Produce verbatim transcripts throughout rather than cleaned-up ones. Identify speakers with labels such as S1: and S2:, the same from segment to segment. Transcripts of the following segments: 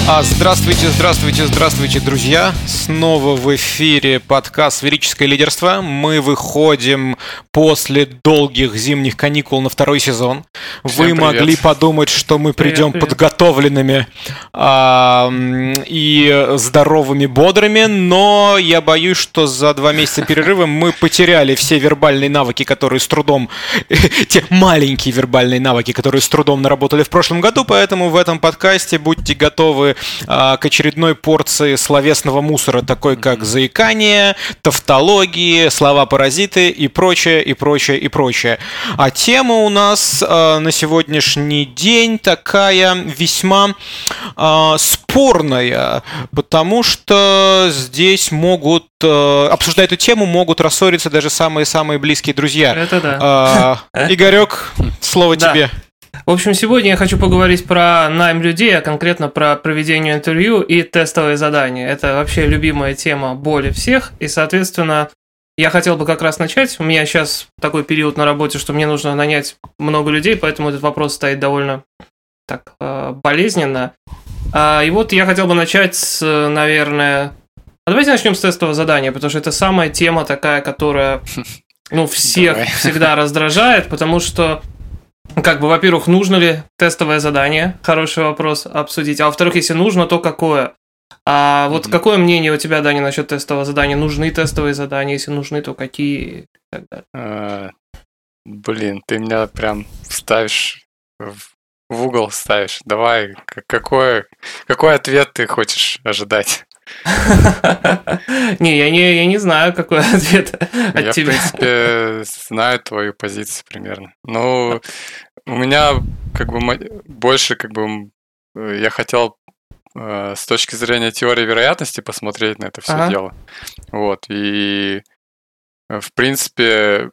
S1: А, Здравствуйте, здравствуйте, здравствуйте, друзья! Снова в эфире подкаст «Сферическое лидерство». Мы выходим после долгих зимних каникул на второй сезон.
S2: Всем
S1: Вы
S2: привет.
S1: могли подумать, что мы придем
S3: Привет, привет.
S1: подготовленными а, м, и здоровыми, бодрыми, но я боюсь, что за два месяца перерыва мы потеряли все вербальные навыки, которые с трудом, те маленькие вербальные навыки, которые с трудом наработали в прошлом году, поэтому в этом подкасте будьте готовы к очередной порции словесного мусора, такой как заикание, тавтологии, слова-паразиты и прочее, и прочее, и прочее. А тема у нас э, на сегодняшний день такая весьма э, спорная, потому что здесь могут, э, обсуждая эту тему, могут рассориться даже самые-самые близкие друзья.
S3: Это да.
S1: Э, Игорек, слово
S3: Да.
S1: тебе.
S3: В общем, сегодня я хочу поговорить про найм людей, а конкретно про проведение интервью и тестовые задания. Это вообще любимая тема боли всех, и, соответственно, я хотел бы как раз начать. У меня сейчас такой период на работе, что мне нужно нанять много людей, поэтому этот вопрос стоит довольно так э, болезненно. А, и вот я хотел бы начать с, наверное... А давайте начнем с тестового задания, потому что это самая тема такая, которая, ну, всех
S2: Давай.
S3: всегда раздражает, потому что как бы, во-первых, нужно ли тестовое задание? Хороший вопрос обсудить. А во-вторых, если нужно, то какое? А вот
S2: Мгм.
S3: какое мнение у тебя, Даня, насчет тестового задания? Нужны тестовые задания? Если нужны, то какие? И так далее.
S2: Э, Блин, ты меня прям ставишь в в угол ставишь. Давай, к- какой, какой ответ ты хочешь ожидать?
S3: Не, я не, я не знаю, какой ответ от
S2: Я, в
S3: тебя.
S2: принципе, знаю твою позицию примерно. Ну, у меня как бы мо- больше как бы м, э, я хотел э, с точки зрения теории вероятности посмотреть на это все
S3: Ага.
S2: дело. Вот, и э, в принципе,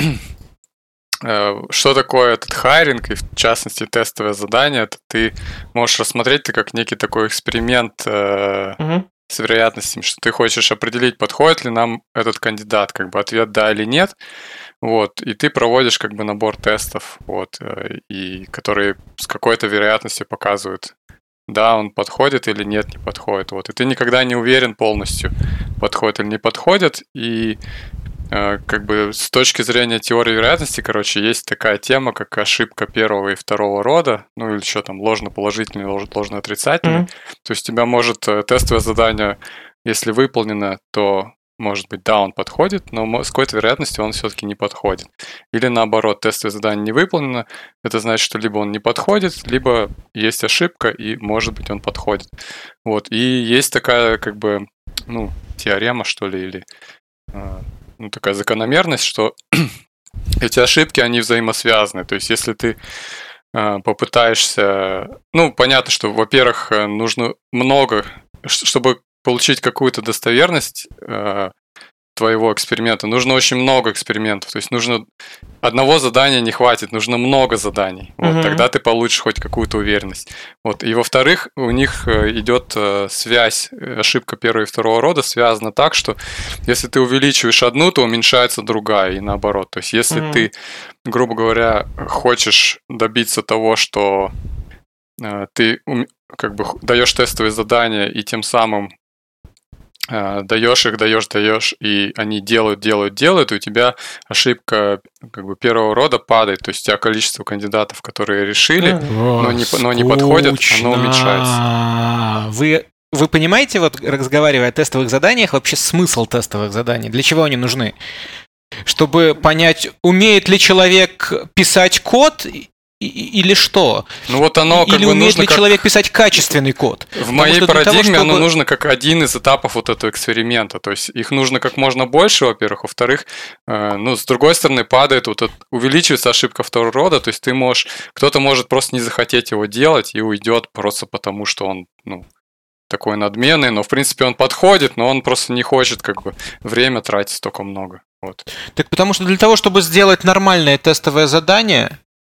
S2: э, что такое этот хайринг, и в частности тестовое задание, это ты можешь рассмотреть это как некий такой эксперимент э,
S3: Мгм.
S2: с вероятностями, что ты хочешь определить, подходит ли нам этот кандидат, как бы ответ да или нет, вот, и ты проводишь как бы набор тестов, вот, э, и которые с какой-то вероятностью показывают, да, он подходит или нет, не подходит, вот, и ты никогда не уверен полностью, подходит или не подходит, и э, как бы с точки зрения теории вероятности, короче, есть такая тема, как ошибка первого и второго рода, ну или что там, ложно-положительный, лож- ложно-отрицательный.
S3: Мгм.
S2: То есть у тебя может э, тестовое задание, если выполнено, то может быть, да, он подходит, но мо- с какой-то вероятностью он все-таки не подходит. Или наоборот, тестовое задание не выполнено, это значит, что либо он не подходит, либо есть ошибка, и может быть он подходит. Вот, и есть такая как бы, ну, теорема, что ли, или э, ну, такая закономерность, что эти ошибки, они взаимосвязаны. То есть, если ты э, попытаешься... Ну, понятно, что, во-первых, э, нужно много... ш- Чтобы получить какую-то достоверность э, твоего эксперимента, нужно очень много экспериментов. То есть, нужно... Одного задания не хватит, нужно много заданий. Вот,
S3: Мгм.
S2: тогда ты получишь хоть какую-то уверенность. Вот. И, во-вторых, у них э, идет э, связь, э, ошибка первого и второго рода связана так, что если ты увеличиваешь одну, то уменьшается другая, и наоборот. То есть, если
S3: Мгм.
S2: ты, грубо говоря, хочешь добиться того, что э, ты ум- как бы х- даешь тестовые задания и тем самым э, даешь их, даешь, даешь, и они делают, делают, делают, и у тебя ошибка как бы первого рода падает. То есть, у тебя количество кандидатов, которые решили,
S3: Да.
S2: но не, по- но не подходят, оно уменьшается.
S1: Скучно. Вы, вы понимаете, вот разговаривая о тестовых заданиях, вообще смысл тестовых заданий? Для чего они нужны? Чтобы понять, умеет ли человек писать код и- и- или что?
S2: Ну вот оно как
S1: Или
S2: бы
S1: умеет
S2: нужно
S1: ли
S2: как...
S1: человек писать качественный код?
S2: В
S1: Потому
S2: моей
S1: что для того,
S2: парадигме оно
S1: чтобы-
S2: нужно как один из этапов вот этого эксперимента. То есть их нужно как можно больше, во-первых. Во-вторых, э, ну, с другой стороны, падает вот это, увеличивается ошибка второго рода. То есть ты можешь, кто-то может просто не захотеть его делать и уйдет просто потому, что он, ну, такой надменный, но в принципе он подходит, но он просто не хочет как бы время тратить столько много. Вот.
S1: Так потому что для того, чтобы сделать нормальное тестовое задание,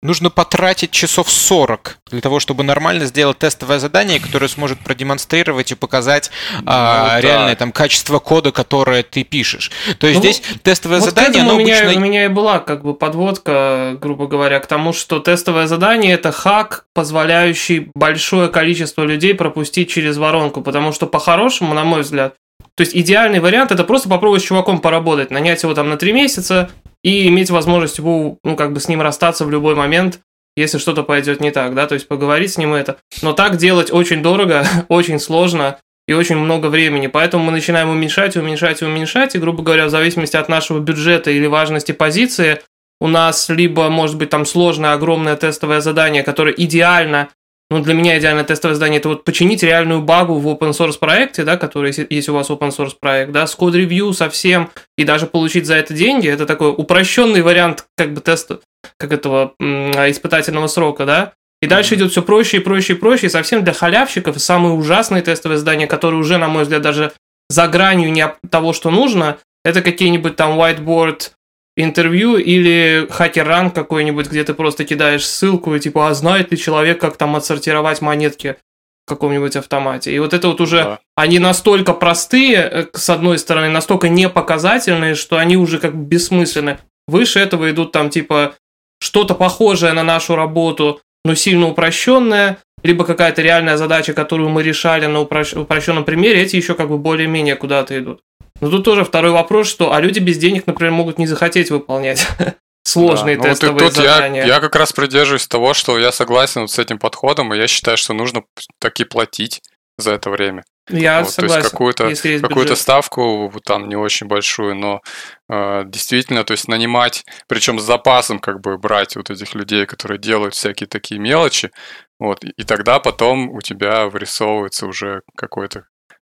S1: нужно потратить часов сорок для того, чтобы нормально сделать тестовое задание, которое сможет продемонстрировать и показать ну, а, да. реальное там качество кода, которое ты пишешь. То есть ну, здесь тестовое
S3: вот
S1: задание, оно
S3: у меня,
S1: обычно...
S3: у меня и была как бы подводка, грубо говоря, к тому, что тестовое задание – это хак, позволяющий большое количество людей пропустить через воронку, потому что по-хорошему, на мой взгляд, то есть идеальный вариант – это просто попробовать с чуваком поработать, нанять его там на три месяца и иметь возможность его, ну, как бы с ним расстаться в любой момент, если что-то пойдет не так, да, то есть поговорить с ним это. Но так делать очень дорого, очень сложно и очень много времени, поэтому мы начинаем уменьшать, уменьшать и уменьшать, и, грубо говоря, в зависимости от нашего бюджета или важности позиции, у нас либо, может быть, там сложное, огромное тестовое задание, которое идеально. Ну, для меня идеальное тестовое задание – это вот починить реальную багу в open source проекте, да, который, если у вас open source проект, да, с код-ревью совсем, и даже получить за это деньги. Это такой упрощенный вариант как бы теста, как этого м- испытательного срока, да. И дальше идет все проще и проще и проще, и совсем для халявщиков самые ужасные тестовые задания, которые уже, на мой взгляд, даже за гранью не того, что нужно, это какие-нибудь там whiteboard интервью или хакер-ран какой-нибудь, где ты просто кидаешь ссылку и типа, а знает ли человек, как там отсортировать монетки в каком-нибудь автомате. И вот это вот уже, да. Они настолько простые, с одной стороны, настолько непоказательные, что они уже как бы бессмысленны. Выше этого идут там типа что-то похожее на нашу работу, но сильно упрощенное, либо какая-то реальная задача, которую мы решали на упрощенном примере, эти еще как бы более-менее куда-то идут. Но тут тоже второй вопрос, что а люди без денег, например, могут не захотеть выполнять сложные да, ну тестовые вот тут задания.
S2: Я, я как раз придерживаюсь того, что я согласен вот с этим подходом, и я считаю, что нужно таки платить за это время.
S3: Я
S2: вот,
S3: согласен.
S2: То есть какую-то, какую-то ставку там не очень большую, но э, действительно, то есть нанимать, причем с запасом как бы брать вот этих людей, которые делают всякие такие мелочи, вот, и, и тогда потом у тебя вырисовывается уже какой-то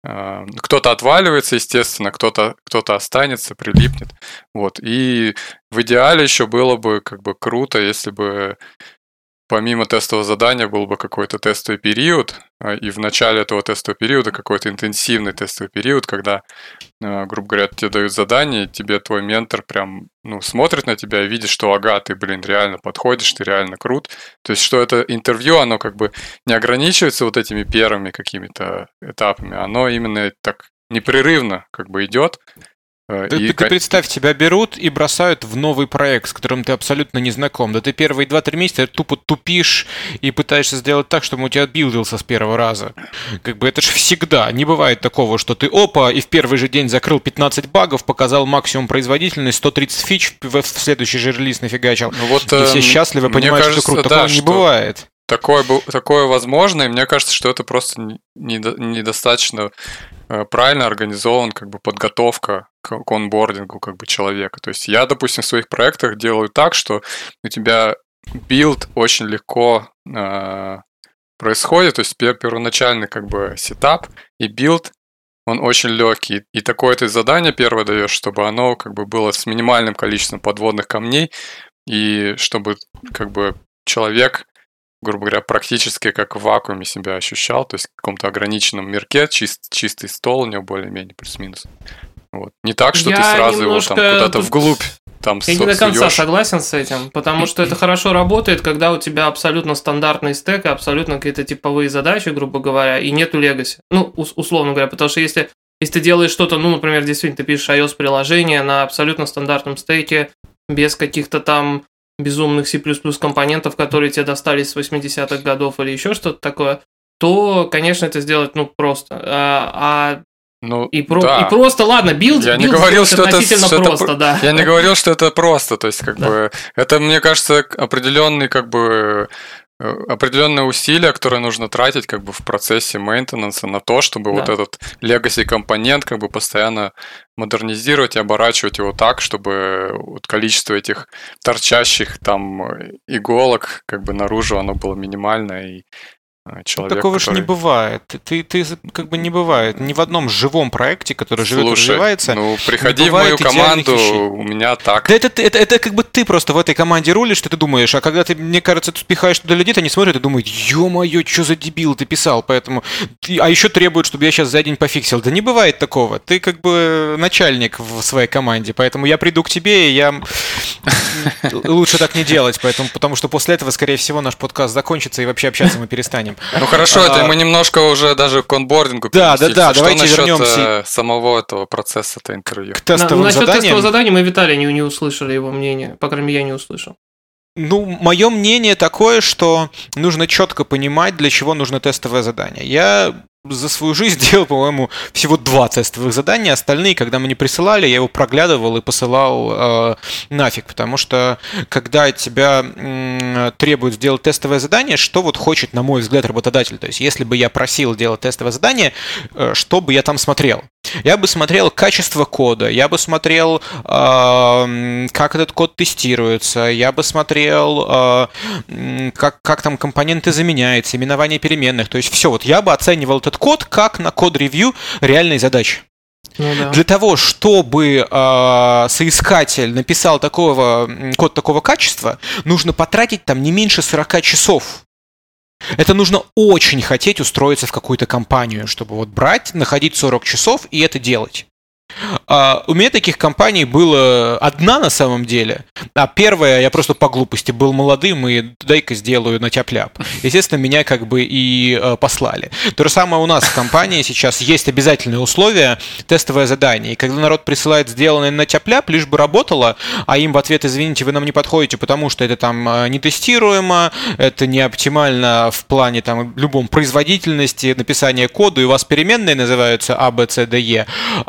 S2: кто-то отваливается, естественно, кто-то, кто-то останется, прилипнет. Вот. И в идеале еще было бы как бы круто, если бы помимо тестового задания был бы какой-то тестовый период, и в начале этого тестового периода какой-то интенсивный тестовый период, когда, грубо говоря, тебе дают задание, и тебе твой ментор прям ну, смотрит на тебя и видит, что ага, ты, блин, реально подходишь, ты реально крут. То есть, что это интервью, оно как бы не ограничивается вот этими первыми какими-то этапами, оно именно так непрерывно как бы идет.
S1: Ты, и... ты представь, тебя берут и бросают в новый проект, с которым ты абсолютно не знаком. Да ты первые два-три месяца тупо тупишь и пытаешься сделать так, чтобы у тебя билдился с первого раза. Как бы это же всегда. Не бывает такого, что ты опа, и в первый же день закрыл пятнадцать багов, показал максимум производительность, сто тридцать фич, в следующий же релиз нафигачил. Ну вот, и все счастливы, понимают, кажется, что круто. Такого да, не бывает.
S2: Такое, такое возможно, и мне кажется, что это просто недостаточно правильно организован, как бы подготовка к онбордингу как бы человека. То есть я, допустим, в своих проектах делаю так, что у тебя билд очень легко э, происходит, то есть первоначальный как бы сетап и билд, он очень легкий. И такое ты задание первое даешь, чтобы оно как бы было с минимальным количеством подводных камней, и чтобы как бы человек, грубо говоря, практически как в вакууме себя ощущал, то есть в каком-то ограниченном мирке, чист, чистый стол у него более-менее плюс-минус. Вот. Не так, что я ты сразу его там куда-то тут... вглубь там
S3: Я не до конца согласен с этим, потому что это хорошо работает, когда у тебя абсолютно стандартный стек, абсолютно какие-то типовые задачи, грубо говоря, и нету легаси. Ну, условно говоря, потому что если, если ты делаешь что-то, ну, например, действительно, ты пишешь iOS-приложение на абсолютно стандартном стеке, без каких-то там безумных C++ компонентов, которые тебе достались с восьмидесятых годов или еще что-то такое, то, конечно, это сделать, ну, просто. А, а
S2: Ну,
S3: и, про,
S2: да.
S3: и просто, ладно, билд,
S2: я
S3: билд
S2: не говорил, что
S3: относительно
S2: это,
S3: просто,
S2: это,
S3: да.
S2: Я не говорил, что это просто, то есть, как
S3: да.
S2: бы, это, мне кажется, определенный, как бы, определенное усилие, которое нужно тратить, как бы, в процессе мейнтенанса на то, чтобы да. вот этот legacy компонент, как бы, постоянно модернизировать и оборачивать его так, чтобы вот количество этих торчащих там иголок, как бы, наружу, оно было минимальное и человек,
S1: такого
S2: который...
S1: же не бывает. Ты, ты как бы не бывает. Ни в одном живом проекте, который живет и развивается.
S2: Ну, приходи в мою команду, у меня так.
S1: Да это, это, это как бы ты просто в этой команде рулишь, что ты думаешь, а когда ты, мне кажется, ты пихаешь туда людей, они смотрят и думают, ё-моё, что за дебил ты писал, поэтому... А еще требуют, чтобы я сейчас за день пофиксил. Да не бывает такого. Ты как бы начальник в своей команде, поэтому я приду к тебе, и я лучше так не делать, поэтому, потому что после этого, скорее всего, наш подкаст закончится и вообще общаться мы перестанем.
S2: Ну хорошо, а, это мы немножко уже даже к онбордингу
S1: Да, да, да, давайте вернемся
S2: самого этого процесса-то интервью.
S1: К тестовым
S3: Насчет
S1: заданиям.
S3: тестового задания мы Виталия не, не услышали его мнение, по крайней мере, я не услышал.
S1: Ну, мое мнение такое, что нужно четко понимать, для чего нужно тестовое задание. Я за свою жизнь делал, по-моему, всего два тестовых задания. Остальные, когда мне присылали, я его проглядывал и посылал э, нафиг. Потому что, когда тебя э, требуют сделать тестовое задание, что вот хочет, на мой взгляд, работодатель? То есть, если бы я просил делать тестовое задание, э, что бы я там смотрел? Я бы смотрел качество кода, я бы смотрел, э, как этот код тестируется, я бы смотрел, э, как, как там компоненты заменяются, именование переменных. То есть все, вот я бы оценивал этот код как на код-ревью реальной задачи.
S3: Ну, да.
S1: Для того, чтобы э, соискатель написал такого, код такого качества, нужно потратить там не меньше сорок часов. Это нужно очень хотеть устроиться в какую-то компанию, чтобы вот брать, находить сорок часов и это делать. Uh, у меня таких компаний было одна на самом деле, а первая я просто по глупости был молодым и дай-ка сделаю на тяп-ляп. Естественно, меня как бы и uh, послали. То же самое у нас в компании сейчас есть обязательные условия, тестовое задание. И когда народ присылает сделанное на тяп-ляп, лишь бы работало, а им в ответ: извините, вы нам не подходите, потому что это там нетестируемо, это не оптимально в плане там любом производительности написания кода, и у вас переменные называются А, Б, С, Д, Е,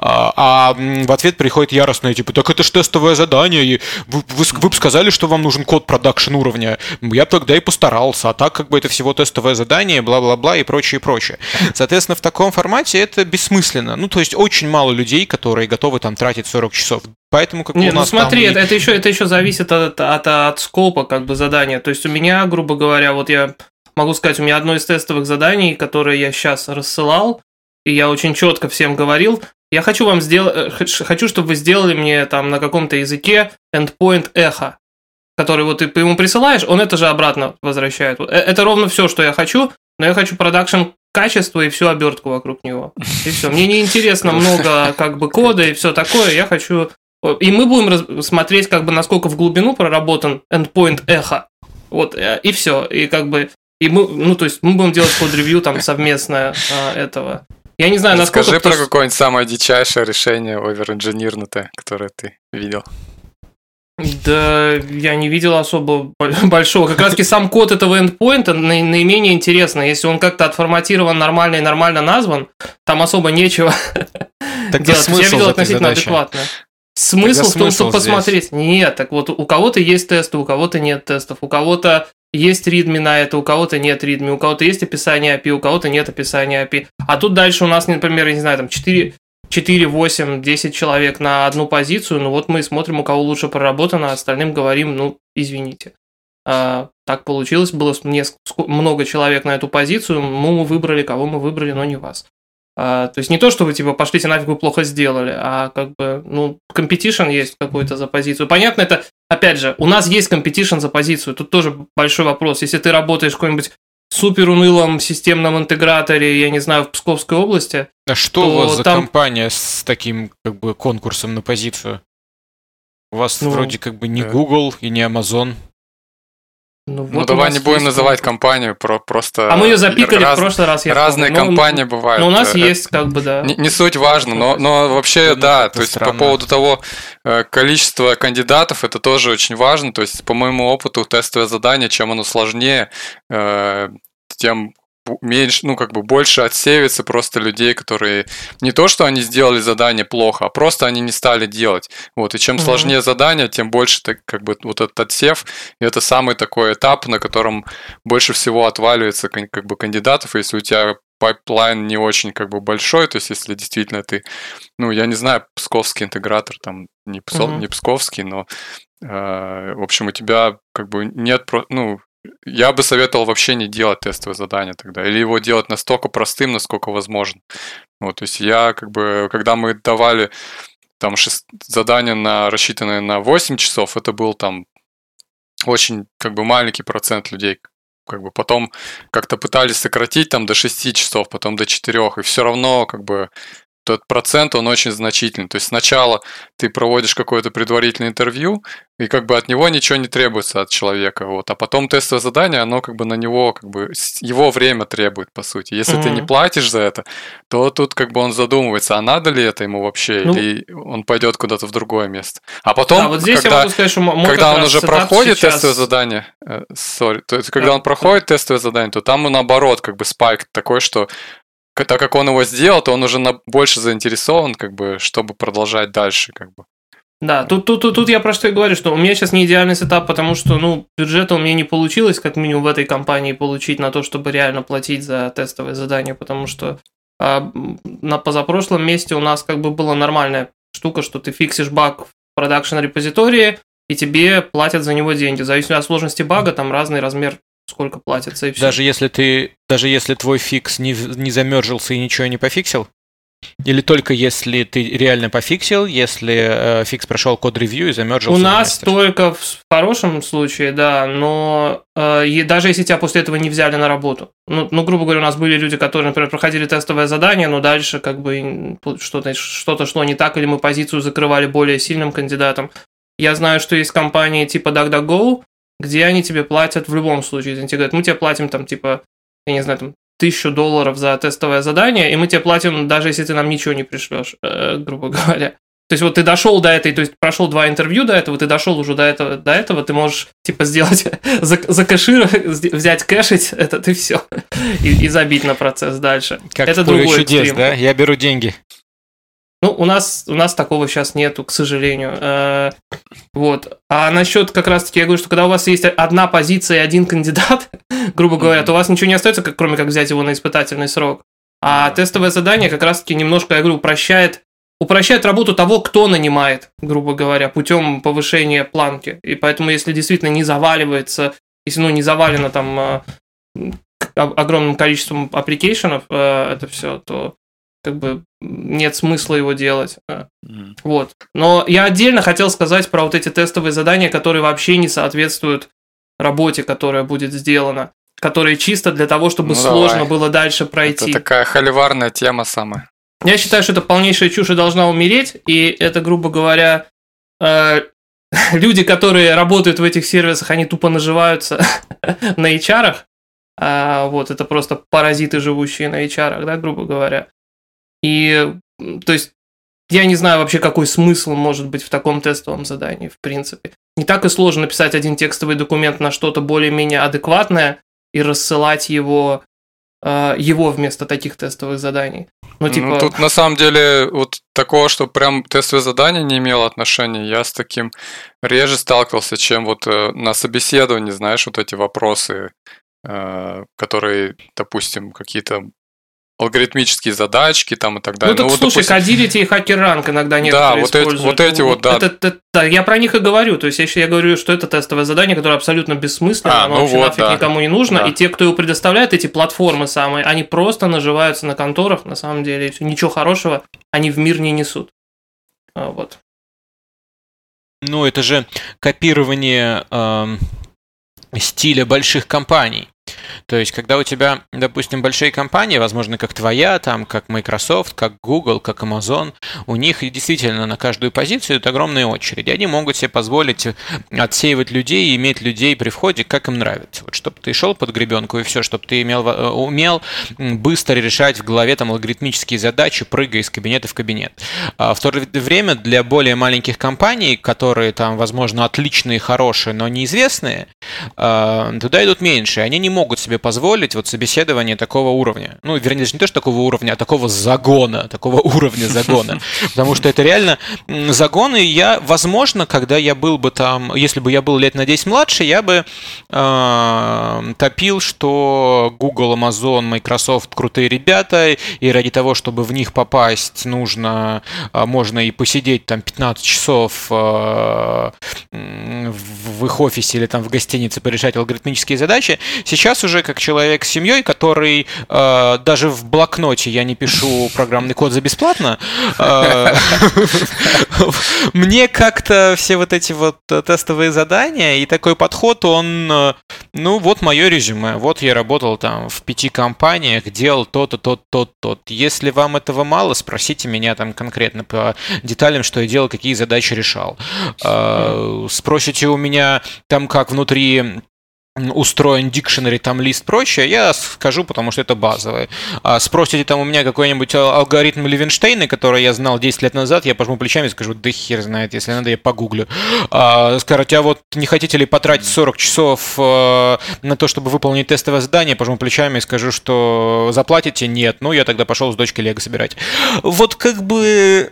S1: а А в ответ приходит яростное, типа, так это же тестовое задание, и вы, вы, вы бы сказали, что вам нужен код продакшн уровня, я бы тогда и постарался, а так как бы это всего тестовое задание, бла-бла-бла и прочее, и прочее. Соответственно, в таком формате это бессмысленно. Ну, то есть очень мало людей, которые готовы там тратить сорок часов. Поэтому как
S3: Нет,
S1: у нас
S3: ну смотри,
S1: там...
S3: это, это, еще, это еще зависит от, от, от скопа как бы задания. То есть у меня, грубо говоря, вот я могу сказать, у меня одно из тестовых заданий, которое я сейчас рассылал, и я очень четко всем говорил, я хочу вам сделать, хочу, чтобы вы сделали мне там на каком-то языке endpoint эхо, который вот ты по ему присылаешь, он это же обратно возвращает. Это ровно все, что я хочу, но я хочу продакшн качество и всю обертку вокруг него. И все. Мне не интересно много как бы кода и все такое. Я хочу. И мы будем смотреть, как бы насколько в глубину проработан endpoint эхо. Вот и все. И как бы и мы, ну то есть мы будем делать код-ревью там совместно а, этого. Я не знаю, насколько...
S2: Скажи про какое-нибудь самое дичайшее решение оверинженернутое, которое ты видел.
S3: Да, я не видел особо большого. Как раз-таки сам код этого эндпоинта наименее интересно. Если он как-то отформатирован нормально и нормально назван, там особо нечего делать. Я видел относительно адекватно. Смысл в том, чтобы посмотреть. Нет, так вот у кого-то есть тесты, у кого-то нет тестов, у кого-то есть ридми на это, у кого-то нет ридми, у кого-то есть описание эй пи ай, у кого-то нет описания эй пи ай. А тут дальше у нас, например, я не знаю, там четыре, восемь, десять человек на одну позицию, ну вот мы смотрим, у кого лучше проработано, а остальным говорим, ну, извините. А, так получилось, было несколько, много человек на эту позицию, мы выбрали, кого мы выбрали, но не вас. А, то есть не то, что вы типа пошлите нафиг, вы плохо сделали, а как бы, ну, компетишн есть какой-то за позицию. Понятно, это, опять же, у нас есть компетишн за позицию, тут тоже большой вопрос. Если ты работаешь в каком-нибудь супер унылом системном интеграторе, я не знаю, в Псковской области.
S1: А что у вас за там... компания с таким как бы конкурсом на позицию? У вас ну, вроде как бы не да. Google и не Amazon.
S3: Ну,
S2: ну вот давай не будем называть компанию, про, просто...
S3: А мы ее запикали раз, в прошлый раз. Я
S2: разные
S3: помню.
S2: компании
S3: но,
S2: бывают.
S3: Но у нас есть как бы, да.
S2: Не, не суть важно, но, но вообще, ну, да, то есть странно. По поводу того количества кандидатов, это тоже очень важно. То есть по моему опыту тестовое задание, чем оно сложнее, тем меньше, ну, как бы больше отсеивается просто людей, которые не то, что они сделали задание плохо, а просто они не стали делать. Вот, и чем mm-hmm. сложнее задание, тем больше так, как бы вот этот отсев, и это самый такой этап, на котором больше всего отваливается как бы кандидатов, если у тебя пайплайн не очень как бы большой, то есть если действительно ты, ну, я не знаю, псковский интегратор, там, не, Псо, mm-hmm. не псковский, но, э, в общем, у тебя как бы нет, ну, я бы советовал вообще не делать тестовое задание тогда, или его делать настолько простым, насколько возможно. Вот, то есть я как бы, когда мы давали там шест... задание на рассчитанное на восемь часов, это был там очень как бы маленький процент людей. Как бы потом как-то пытались сократить там до шести часов, потом до четырёх, и все равно как бы то этот процент, он очень значительный. То есть сначала ты проводишь какое-то предварительное интервью, и как бы от него ничего не требуется от человека, вот, а потом тестовое задание, оно как бы на него, как бы, его время требует, по сути. Если mm-hmm. ты не платишь за это, то тут как бы он задумывается, а надо ли это ему вообще, ну, или он пойдет куда-то в другое место. А потом,
S3: да, вот здесь
S2: когда,
S3: я могу сказать, что мой
S2: когда он уже проходит
S3: сейчас...
S2: тестовое задание, э, sorry, то есть когда да. он проходит тестовое задание, то там наоборот, как бы спайк такой, что так как он его сделал, то он уже на, больше заинтересован, как бы, чтобы продолжать дальше, как бы.
S3: Да, тут, тут, тут, тут я про что и говорю, что у меня сейчас не идеальный сетап, потому что, ну, бюджета у меня не получилось, как минимум в этой компании, получить на то, чтобы реально платить за тестовые задания, потому что а, на позапрошлом месте у нас как бы была нормальная штука, что ты фиксишь баг в продакшн-репозитории, и тебе платят за него деньги. В зависимости от сложности бага, там разный размер, сколько платится, и все.
S1: Даже если ты, даже если твой фикс не, не замержился и ничего не пофиксил? Или только если ты реально пофиксил, если э, фикс прошел код-ревью и замержился?
S3: У нас только в хорошем случае, да, но э, и даже если тебя после этого не взяли на работу. Ну, ну, грубо говоря, у нас были люди, которые, например, проходили тестовое задание, но дальше как бы что-то, что-то шло не так, или мы позицию закрывали более сильным кандидатом. Я знаю, что есть компании типа DuckDuckGo, где они тебе платят в любом случае. Они тебе говорят, мы тебе платим там типа, я не знаю, там тысячу долларов за тестовое задание, и мы тебе платим, даже если ты нам ничего не пришлешь, э, грубо говоря. То есть вот ты дошел до этой, то есть прошел два интервью до этого, ты дошел уже до этого, до этого ты можешь типа сделать, закэшировать, взять кэшить, это ты все, и, и забить на процесс дальше.
S1: Как
S3: это
S1: в «Поле
S3: другой
S1: чудес»,
S3: экстрим.
S1: да? Я беру деньги.
S3: Ну, у нас, у нас такого сейчас нету, к сожалению. Э, вот. А насчет как раз-таки, я говорю, что когда у вас есть одна позиция и один кандидат, грубо говоря, mm-hmm. то у вас ничего не остается, как, кроме как взять его на испытательный срок. А mm-hmm. тестовое задание как раз-таки немножко, я говорю, упрощает, упрощает работу того, кто нанимает, грубо говоря, путем повышения планки. И поэтому, если действительно не заваливается, если ну, не завалено там э, огромным количеством аппликейшенов э, это все, то как бы нет смысла его делать. Mm. Вот. Но я отдельно хотел сказать про вот эти тестовые задания, которые вообще не соответствуют работе, которая будет сделана, которые чисто для того, чтобы ну, сложно давай. было дальше пройти.
S2: Это такая холиварная тема самая.
S3: Я считаю, что это полнейшая чушь и должна умереть, и это, грубо говоря, э, люди, которые работают в этих сервисах, они тупо наживаются на эйч ар-ах. А, вот, это просто паразиты, живущие на эйч ар-ах, да, грубо говоря. И, то есть, я не знаю вообще, какой смысл может быть в таком тестовом задании, в принципе. Не так и сложно написать один текстовый документ на что-то более-менее адекватное и рассылать его, э, его вместо таких тестовых заданий. Ну, типа...
S2: ну, тут на самом деле вот такого, что прям тестовое задание не имело отношения, я с таким реже сталкивался, чем вот э, на собеседовании, знаешь, вот эти вопросы, э, которые, допустим, какие-то алгоритмические задачки там и так далее.
S3: Ну, так,
S2: ну,
S3: слушай,
S2: вот, допустим...
S3: Codility и HackerRank иногда некоторые
S2: да, вот
S3: используют.
S2: Эти, вот эти вот, да.
S3: Это, это, да. Я про них и говорю. То есть, я, я говорю, что это тестовое задание, которое абсолютно бессмысленно, а, оно ну вообще вот, нафиг да. никому не нужно. Да. И те, кто его предоставляет, эти платформы самые, они просто наживаются на конторах, на самом деле. Ничего хорошего они в мир не несут. А, вот.
S1: Ну, это же копирование э, стиля больших компаний. То есть, когда у тебя, допустим, большие компании, возможно, как твоя, там, как Microsoft, как Google, как Amazon, у них действительно на каждую позицию идут огромные очереди. Они могут себе позволить отсеивать людей и иметь людей при входе, как им нравится. Вот, чтобы ты шел под гребенку и все, чтобы ты имел, умел быстро решать в голове там алгоритмические задачи, прыгая из кабинета в кабинет. А в то же время для более маленьких компаний, которые там, возможно, отличные, хорошие, но неизвестные, туда идут меньше. Они не могут себе позволить вот собеседование такого уровня. Ну, вернее, не то, что такого уровня, а такого загона, такого уровня загона. Потому что это реально загон, и я, возможно, когда я был бы там, если бы я был лет на десять младше, я бы э, топил, что Google, Amazon, Microsoft крутые ребята, и ради того, чтобы в них попасть, нужно, можно и посидеть там пятнадцать часов э, в их офисе или там в гостинице, порешать алгоритмические задачи. Сейчас уже как человек с семьей, который э, даже в блокноте я не пишу программный код за бесплатно, э, мне как-то все вот эти вот тестовые задания и такой подход, он, ну вот мое резюме, вот я работал там в пяти компаниях, делал то-то, то-то, то-то, то-то. Если вам этого мало, спросите меня там конкретно по деталям, что я делал, какие задачи решал. Спросите у меня там, как внутри устроен дикшенери, там лист, прочее, я скажу, потому что это базовое. А спросите там у меня какой-нибудь алгоритм Левенштейна, который я знал десять лет назад, я пожму плечами и скажу, да хер знает, если надо, я погуглю. А, скажете, а вот не хотите ли потратить сорок часов на то, чтобы выполнить тестовое задание, пожму плечами и скажу, что заплатите? Нет. Ну, я тогда пошел с дочкой лего собирать. Вот как бы...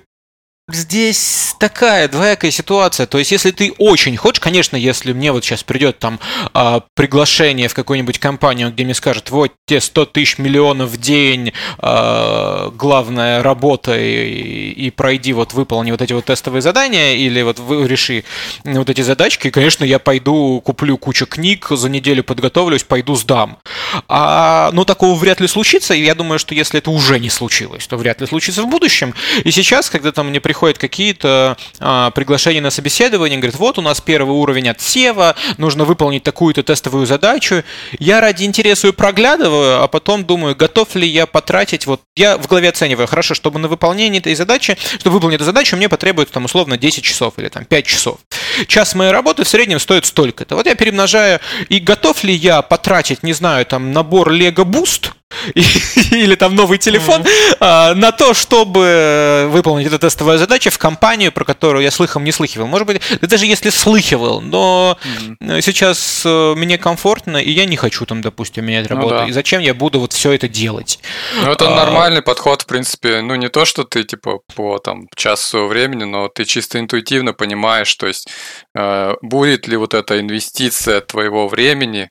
S1: Здесь такая двоякая ситуация. То есть, если ты очень хочешь, конечно, если мне вот сейчас придет там э, приглашение в какую-нибудь компанию, где мне скажут, вот те сто тысяч миллионов в день, э, главная работа, и, и пройди, вот выполни вот эти вот тестовые задания, или вот вы реши вот эти задачки, и, конечно, я пойду, куплю кучу книг, за неделю подготовлюсь, пойду сдам. А, ну, такого вряд ли случится, и я думаю, что если это уже не случилось, то вряд ли случится в будущем. И сейчас, когда там мне приходит приходят какие-то а, приглашения на собеседование, говорят, вот у нас первый уровень от Сева, нужно выполнить такую-то тестовую задачу. Я ради интереса ее проглядываю, а потом думаю, готов ли я потратить, вот я в голове оцениваю, хорошо, чтобы на выполнение этой задачи, чтобы выполнить эту задачу, мне потребуется там условно десять часов или там пять часов. Час моей работы в среднем стоит столько-то. Вот я перемножаю, и готов ли я потратить, не знаю, там набор Lego Boost, или там новый телефон, mm-hmm. а, на то, чтобы выполнить эту тестовую задачу в компанию, про которую я слыхом не слыхивал. Может быть, даже если слыхивал, но mm-hmm. сейчас мне комфортно, и я не хочу там, допустим, менять работу. Ну, да. И зачем я буду вот все это делать?
S2: Ну, это а... нормальный подход, в принципе. Ну, не то, что ты, типа, по там часу времени, но ты чисто интуитивно понимаешь, то есть, э, будет ли вот эта инвестиция твоего времени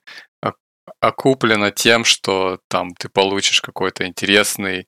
S2: окуплено тем, что там ты получишь какой-то интересный,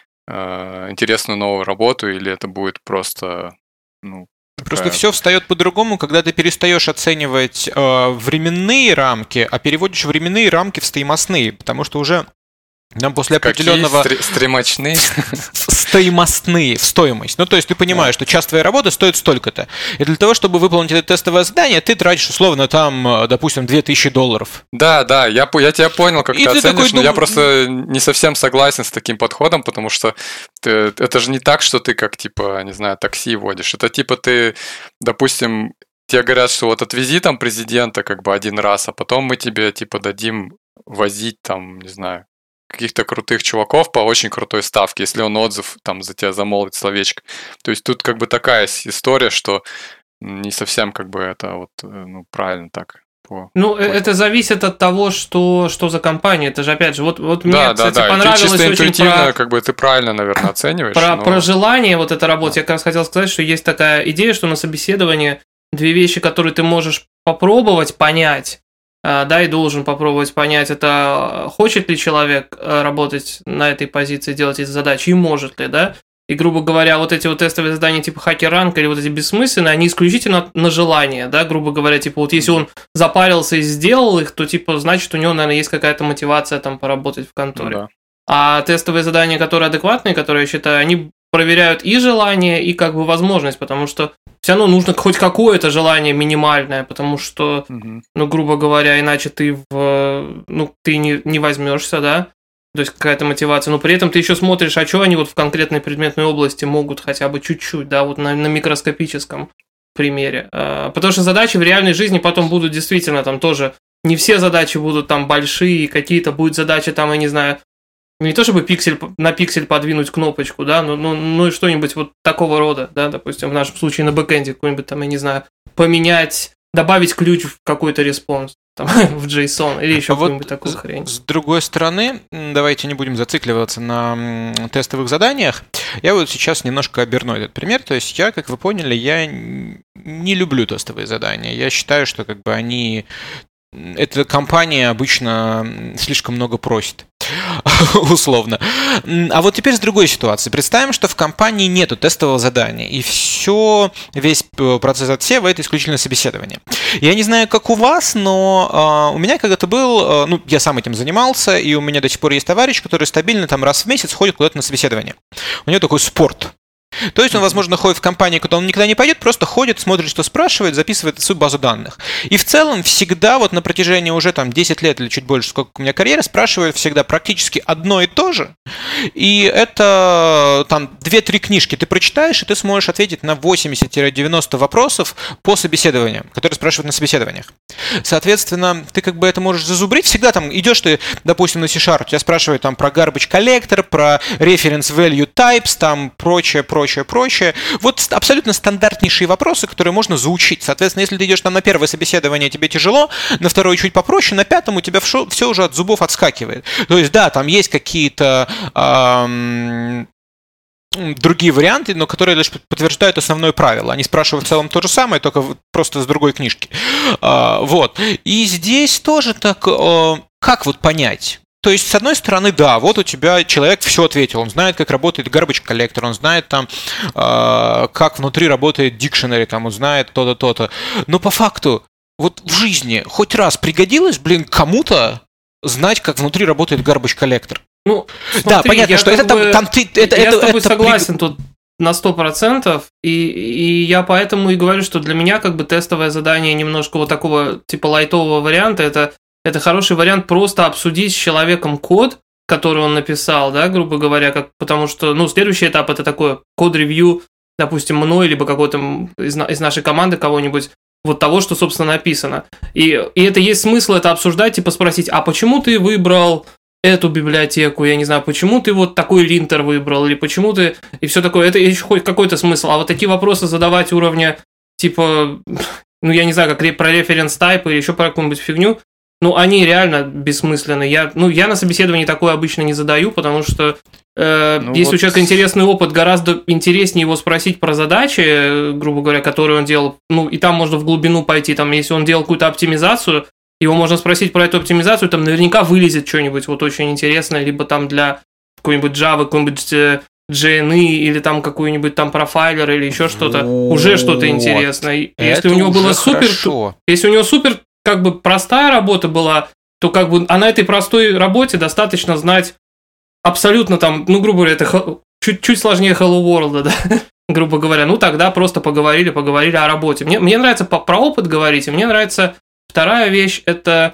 S2: э, интересную новую работу, или это будет просто, ну, такая...
S1: Просто все встает по-другому, когда ты перестаешь оценивать э, временные рамки, а переводишь временные рамки в стоимостные, потому что уже нам после определенного...
S2: Какие? Стримочные?
S1: Стоимостные, в стоимость. Ну, то есть ты понимаешь, да. что час твоей работы стоит столько-то. И для того, чтобы выполнить это тестовое задание, ты тратишь, условно, там, допустим, две тысячи долларов.
S2: Да, да, я, я тебя понял, как и ты, ты оценишь, но дум... я просто не совсем согласен с таким подходом, потому что ты, это же не так, что ты как, типа, не знаю, такси водишь. Это типа ты, допустим, тебе говорят, что вот отвези там президента как бы один раз, а потом мы тебе, типа, дадим возить там, не знаю, каких-то крутых чуваков по очень крутой ставке, если он отзыв там за тебя замолвит словечко. То есть тут как бы такая история, что не совсем как бы это вот, ну, правильно так. По,
S3: ну,
S2: по...
S3: это зависит от того, что, что за компания. Это же, опять же, вот, вот мне,
S2: да,
S3: кстати,
S2: да, да.
S3: понравилось
S2: чисто
S3: очень
S2: интуитивно,
S3: про...
S2: как бы ты правильно, наверное, оцениваешь.
S3: Про,
S2: но...
S3: про желание вот этой работы.
S2: Да.
S3: Я как раз хотел сказать, что есть такая идея, что на собеседовании две вещи, которые ты можешь попробовать понять, да, и должен попробовать понять, это хочет ли человек работать на этой позиции, делать эти задачи, и может ли, да. И, грубо говоря, вот эти вот тестовые задания типа хакер-ранг или вот эти бессмысленные, они исключительно на желание, да, грубо говоря, типа вот если он запарился и сделал их, то типа значит у него, наверное, есть какая-то мотивация там поработать в конторе. Ну, да. А тестовые задания, которые адекватные, которые я считаю, они проверяют и желание, и как бы возможность, потому что все равно нужно хоть какое-то желание минимальное, потому что, угу. ну, грубо говоря, иначе ты в, ну, ты не, не возьмешься, да, то есть какая-то мотивация, но при этом ты еще смотришь, а что они вот в конкретной предметной области могут хотя бы чуть-чуть, да, вот на, на микроскопическом примере, потому что задачи в реальной жизни потом будут действительно там тоже, не все задачи будут там большие, какие-то будут задачи там, я не знаю, не то чтобы пиксель на пиксель подвинуть кнопочку, да, но, ну, ну и что-нибудь вот такого рода, да, допустим, в нашем случае на бэкэнде какой-нибудь там, я не знаю, поменять, добавить ключ в какой-то респонс, там, в JSON или еще а какую-нибудь вот такую хрень.
S1: С другой стороны, давайте не будем зацикливаться на тестовых заданиях. Я вот сейчас немножко оберну этот пример. То есть я, как вы поняли, я не люблю тестовые задания. Я считаю, что как бы они... Эта компания обычно слишком много просит. условно. А вот теперь с другой ситуации. Представим, что в компании нету тестового задания, и все, весь процесс отсева — это исключительно собеседование. Я не знаю, как у вас, но э, у меня когда-то был, э, ну, я сам этим занимался, и у меня до сих пор есть товарищ, который стабильно там раз в месяц ходит куда-то на собеседование. У него такой спорт. То есть он, возможно, ходит в компании, куда он никогда не пойдет, просто ходит, смотрит, что спрашивает, записывает в свою базу данных. И в целом всегда вот на протяжении уже там десять лет или чуть больше, сколько у меня карьеры, спрашивают всегда практически одно и то же. И это там две-три книжки ты прочитаешь, и ты сможешь ответить на восемьдесят-девяносто вопросов по собеседованиям, которые спрашивают на собеседованиях. Соответственно, ты как бы это можешь зазубрить. Всегда там идешь ты, допустим, на C-Sharp, тебя спрашивают там про garbage collector, про reference value types, там прочее, прочее, прочее. Вот абсолютно стандартнейшие вопросы, которые можно заучить. Соответственно, если ты идешь там на первое собеседование, тебе тяжело, на второе чуть попроще, на пятом у тебя все уже от зубов отскакивает. То есть, да, там есть какие-то эм, другие варианты, но которые лишь подтверждают основное правило. Они спрашивают в целом то же самое, только просто с другой книжки. Э, вот. И здесь тоже так, э, как вот понять? То есть, с одной стороны, да, вот у тебя человек все ответил, он знает, как работает garbage collector, он знает там, э, как внутри работает dictionary, там, он знает то-то, то-то. Но по факту, вот в жизни хоть раз пригодилось, блин, кому-то знать, как внутри работает garbage collector?
S3: Ну, смотри,
S1: да, понятно, что это
S3: бы,
S1: там, там ты... Это,
S3: я
S1: это,
S3: с тобой
S1: это
S3: согласен
S1: при...
S3: тут на сто процентов, и, и я поэтому и говорю, что для меня как бы тестовое задание немножко вот такого типа лайтового варианта, это Это хороший вариант просто обсудить с человеком код, который он написал, да, грубо говоря, как, потому что, ну, следующий этап – это такое код-ревью, допустим, мной, либо какой-то из, из нашей команды кого-нибудь, вот того, что, собственно, написано. И, и это есть смысл это обсуждать, типа спросить, а почему ты выбрал эту библиотеку, я не знаю, почему ты вот такой линтер выбрал, или почему ты… И все такое, это еще хоть какой-то смысл. А вот такие вопросы задавать уровня, типа, ну, я не знаю, как про референс-тайп или еще про какую-нибудь фигню, ну, они реально бессмысленны. Я, ну, я на собеседовании такое обычно не задаю, потому что э, ну если вот... у человека интересный опыт, гораздо интереснее его спросить про задачи, грубо говоря, которые он делал. Ну, и там можно в глубину пойти. Там, если он делал какую-то оптимизацию, его можно спросить про эту оптимизацию, там наверняка вылезет что-нибудь вот очень интересное, либо там для какой-нибудь Java, какой-нибудь джей эн и, или там какой-нибудь там профайлер, или еще что-то. Вот. Уже что-то интересное. Если у него было супер... То, если у него супер... как бы простая работа была, то как бы а на этой простой работе достаточно знать абсолютно там, ну, грубо говоря, это чуть-чуть сложнее Hello World, да, грубо говоря. Ну, тогда просто поговорили, поговорили о работе. Мне, мне нравится по, про опыт говорить, и мне нравится вторая вещь, это,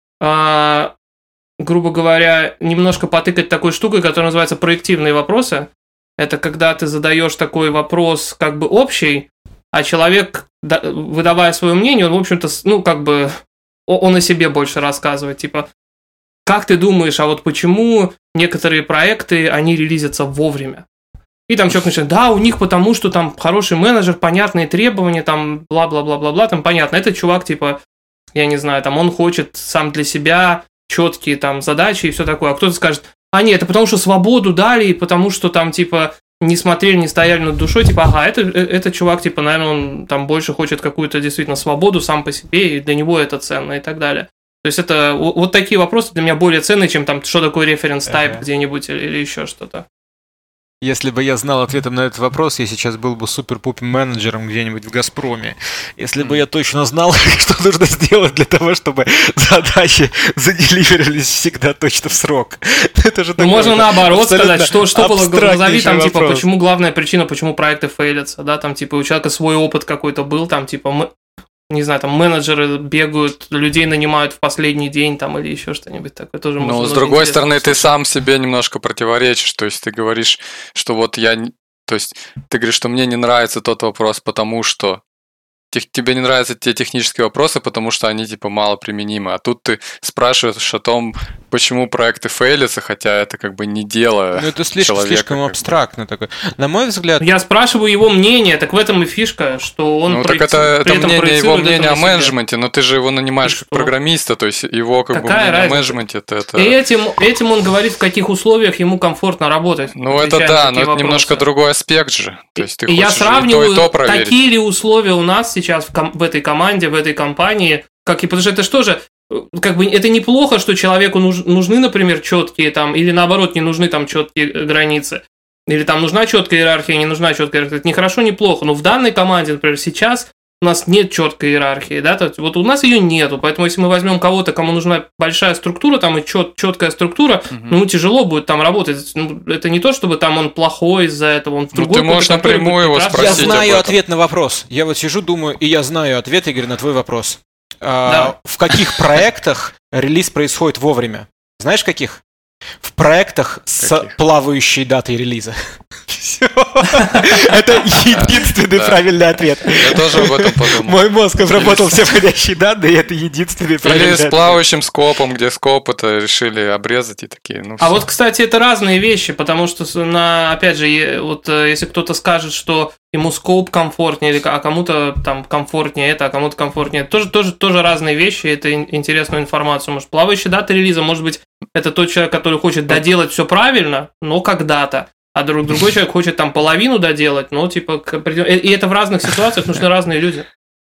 S3: а, грубо говоря, немножко потыкать такой штукой, которая называется проективные вопросы. Это когда ты задаешь такой вопрос как бы общий, а человек, выдавая свое мнение, он, в общем-то, ну, как бы, он о себе больше рассказывает. Типа, как ты думаешь, а вот почему некоторые проекты, они релизятся вовремя? И там человек начинает, да, у них потому, что там хороший менеджер, понятные требования, там, бла-бла-бла-бла-бла, там, понятно. Этот чувак, типа, я не знаю, там, он хочет сам для себя четкие, там, задачи и все такое. А кто-то скажет, а нет, это потому, что свободу дали, и потому, что там, типа, не смотрели, не стояли над душой, типа, ага, это, это чувак, типа, наверное, он там больше хочет какую-то действительно свободу сам по себе, и для него это ценно, и так далее. То есть это вот такие вопросы для меня более ценные, чем там, что такое референс-тайп ага. где-нибудь или, или еще что-то.
S1: Если бы я знал ответом на этот вопрос, я сейчас был бы супер-пупер менеджером где-нибудь в «Газпроме». Если mm. бы я точно знал, что нужно сделать для того, чтобы задачи заделиверились всегда точно в срок. Это же
S3: ну, можно наоборот сказать, что, что было, назови там, типа, почему главная причина, почему проекты фейлятся, да, там, типа, у человека свой опыт какой-то был, там, типа, мы... не знаю, там менеджеры бегают, людей нанимают в последний день там или еще что-нибудь такое. Тоже
S2: ну, с другой стороны, послушать. Ты сам себе немножко противоречишь. То есть ты говоришь, что вот я... То есть ты говоришь, что мне не нравится тот вопрос, потому что... Тебе не нравятся те технические вопросы, потому что они типа мало применимы. А тут ты спрашиваешь о том, почему проекты фейлятся, хотя это как бы не дело.
S1: Ну это слишком, человека, слишком абстрактно такое. На мой взгляд.
S3: Я спрашиваю его мнение, так в этом и фишка, что он.
S2: Ну так это, это мнение, его мнение о менеджменте, но ты же его нанимаешь как программиста, то есть его как Какая бы мнение разница? О менеджменте это, это.
S3: И этим, этим он говорит, в каких условиях ему комфортно работать.
S2: Ну это да, но это вопросы. Немножко другой аспект же. То есть ты
S3: и я сравниваю,
S2: и то, и то проверить.
S3: Такие ли условия у нас сейчас в, ком- в этой команде, в этой компании, как и потому что это что же, как бы это неплохо, что человеку нуж, нужны, например, четкие там, или наоборот, не нужны там четкие границы. Или там нужна четкая иерархия, не нужна четкая иерархия. Это не хорошо, не плохо. Но в данной команде, например, сейчас у нас нет четкой иерархии, да, то есть вот у нас ее нету, поэтому если мы возьмем кого-то, кому нужна большая структура, там и чет, четкая структура, mm-hmm. ну, тяжело будет там работать. Ну, это не то, чтобы там он плохой из-за этого, он в другой.
S2: Ну, ты можешь напрямую его спросить.
S1: Я знаю ответ на вопрос. Я вот сижу, думаю, и я знаю ответ, Игорь, на твой вопрос. А, да. В каких проектах релиз происходит вовремя? Знаешь, каких? В проектах с плавающей датой релиза. Все. Это единственный правильный ответ.
S2: Я тоже об этом подумал.
S1: Мой мозг обработал все входящие данные, и это единственный правильный ответ.
S2: Или с плавающим скопом, где скоп это решили обрезать и такие.
S3: А вот, кстати, это разные вещи, потому что, на, опять же, вот если кто-то скажет, что ему скоп комфортнее, или, а кому-то там комфортнее это, а кому-то комфортнее, это тоже, тоже, тоже разные вещи, это интересную информацию. Может, плавающая дата релиза, может быть, это тот человек, который хочет доделать все правильно, но когда-то. А друг, другой человек хочет там половину доделать, но типа... И это в разных ситуациях нужны разные люди.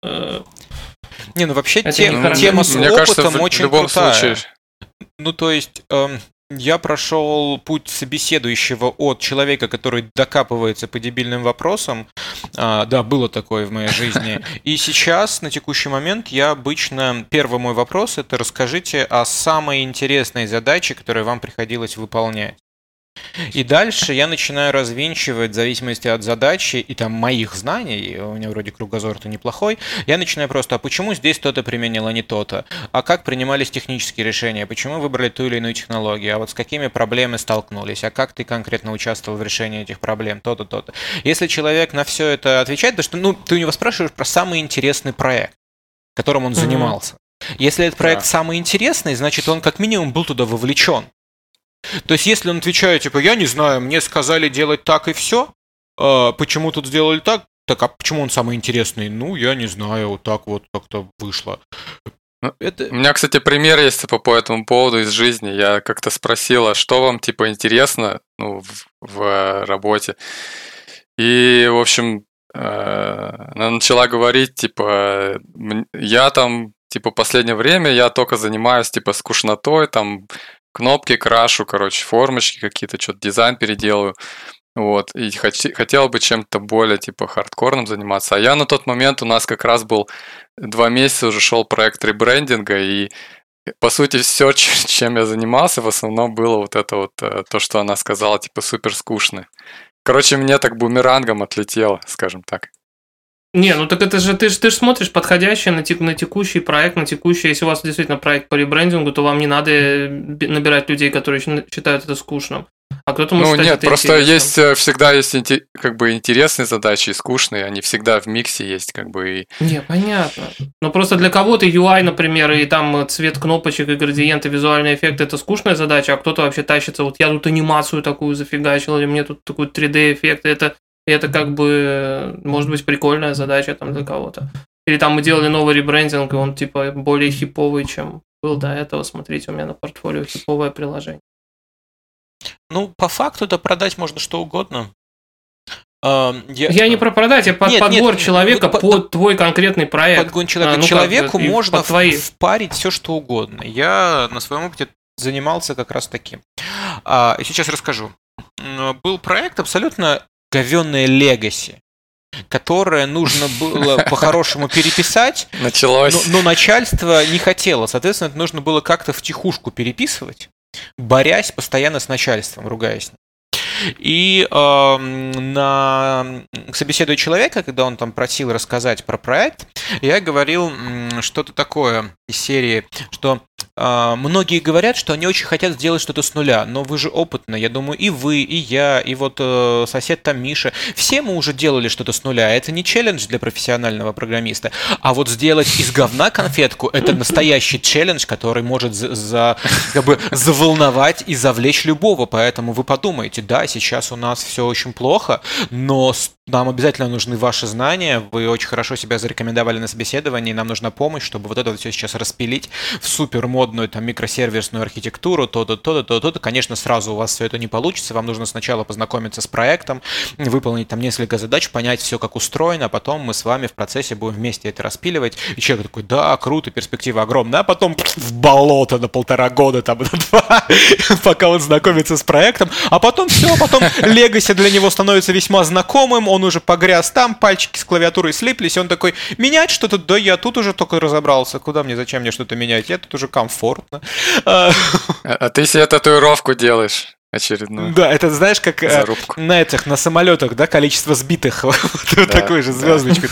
S1: Не, ну вообще тема, тема с
S2: Мне
S1: опытом
S2: кажется, в
S1: очень
S2: любом
S1: крутая.
S2: случае...
S1: Ну, то есть... Эм... Я прошел путь собеседующего от человека, который докапывается по дебильным вопросам. А, да, было такое в моей жизни. И сейчас, на текущий момент, я обычно... Первый мой вопрос – это расскажите о самой интересной задаче, которую вам приходилось выполнять. И дальше я начинаю развенчивать в зависимости от задачи и там моих знаний, у меня вроде кругозор-то неплохой, я начинаю просто, а почему здесь то-то применил, а не то-то? А как принимались технические решения? Почему выбрали ту или иную технологию? А вот с какими проблемами столкнулись? А как ты конкретно участвовал в решении этих проблем? То-то, то-то. Если человек на все это отвечает, потому что ну, ты у него спрашиваешь про самый интересный проект, которым он mm-hmm. занимался. Если этот проект да. самый интересный, значит, он как минимум был туда вовлечен. То есть, если он отвечает, типа, я не знаю, мне сказали делать так и все, а почему тут сделали так, так а почему он самый интересный? Ну, я не знаю, вот так вот как-то вышло.
S2: Это... У меня, кстати, пример есть по, по этому поводу из жизни. Я как-то спросила, что вам, типа, интересно ну, в, в работе. И, в общем, она начала говорить, типа, я там, типа, последнее время я только занимаюсь, типа, скучнотой, там, кнопки крашу, короче, формочки какие-то, что-то дизайн переделаю. Вот. И хот- хотел бы чем-то более, типа, хардкорным заниматься. А я на тот момент, у нас как раз был два месяца уже шел проект ребрендинга, и, по сути, все, чем я занимался, в основном было вот это вот, то, что она сказала, типа, супер скучно. Короче, мне так бумерангом отлетело, скажем так.
S3: Не, ну так это же ты же ты же смотришь подходящее на, тек, на текущий проект, на текущий. Если у вас действительно проект по ребрендингу, то вам не надо набирать людей, которые считают это скучным. А кто-то может
S2: ну
S3: считать
S2: нет,
S3: это
S2: просто
S3: интересным.
S2: есть всегда есть как бы интересные задачи и скучные, они всегда в миксе есть, как бы. И...
S3: Не, понятно. Но просто для кого-то ю ай, например, и там цвет кнопочек и градиенты, визуальный эффект это скучная задача, а кто-то вообще тащится. Вот я тут анимацию такую зафигачил, или мне тут такой три дэ эффект. Это это как бы может быть прикольная задача там для кого-то. Или там мы делали новый ребрендинг, и он типа более хиповый, чем был до этого. Смотрите, у меня на портфолио хиповое приложение.
S1: Ну, по факту это продать можно что угодно. Я,
S3: я не про продать, я под нет, подбор нет, человека под, под твой конкретный проект.
S1: Подгон человека. А, ну человеку как, можно твои... впарить все, что угодно. Я на своем опыте занимался как раз таким. А, сейчас расскажу. Был проект абсолютно говёное легаси, которое нужно было по-хорошему переписать.
S2: Началось.
S1: Но, но начальство не хотело. Соответственно, это нужно было как-то втихушку переписывать, борясь постоянно с начальством, ругаясь. И э, на собеседуя человека, когда он там просил рассказать про проект, я говорил м, что-то такое из серии, что э, многие говорят, что они очень хотят сделать что-то с нуля, но вы же опытны, я думаю, и вы, и я, и вот э, сосед там Миша, все мы уже делали что-то с нуля, это не челлендж для профессионального программиста, а вот сделать из говна конфетку, это настоящий челлендж, который может за, за, как бы заволновать и завлечь любого, поэтому вы подумаете, да, сейчас у нас все очень плохо, но нам обязательно нужны ваши знания, вы очень хорошо себя зарекомендовали на собеседовании, нам нужна помощь, чтобы вот это вот все сейчас распилить в супер модную там микросервисную архитектуру, то-то, то-то, то-то, то-то. Конечно, сразу у вас все это не получится, вам нужно сначала познакомиться с проектом, выполнить там несколько задач, понять все, как устроено, а потом мы с вами в процессе будем вместе это распиливать. И человек такой, да, круто, перспектива огромная, а потом в болото на полтора года, там, на два, пока он знакомится с проектом, а потом все, а потом Legacy для него становится весьма знакомым, он уже погряз там, пальчики с клавиатурой слиплись, и он такой, менять что-то? Да я тут уже только разобрался, куда мне, зачем мне что-то менять, я тут уже комфортно.
S2: А, а ты себе татуировку делаешь очередную.
S1: Да, это знаешь, как
S2: зарубку.
S1: На этих, на самолетах, да, количество сбитых, вот такой же звездочку.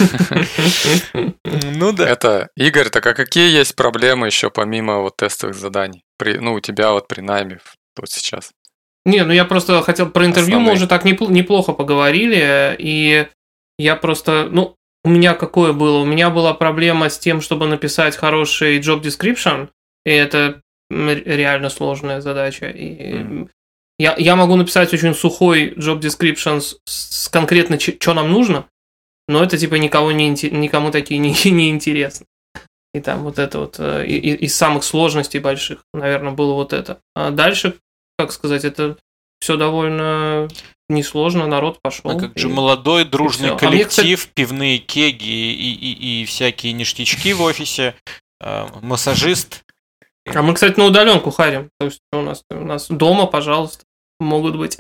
S1: Ну да.
S2: Это, Игорь, так а какие есть проблемы еще помимо вот тестовых заданий? Ну, у тебя вот при найме вот сейчас.
S3: Не, ну я просто хотел про интервью, Основные. Мы уже так неплохо поговорили, и я просто, ну, у меня какое было? У меня была проблема с тем, чтобы написать хороший job description, и это реально сложная задача. И mm. я, я могу написать очень сухой job description с, с конкретно, что нам нужно, но это типа никого не, никому такие не, не интересно. И там вот это вот, и, и, из самых сложностей больших, наверное, было вот это. А дальше, как сказать, это все довольно несложно, народ пошел.
S1: А как же молодой, дружный коллектив, а мне, кстати... пивные кеги и, и, и всякие ништячки в офисе, э, массажист.
S3: А мы, кстати, на удаленку харим. То есть у нас, у нас дома, пожалуйста, могут быть.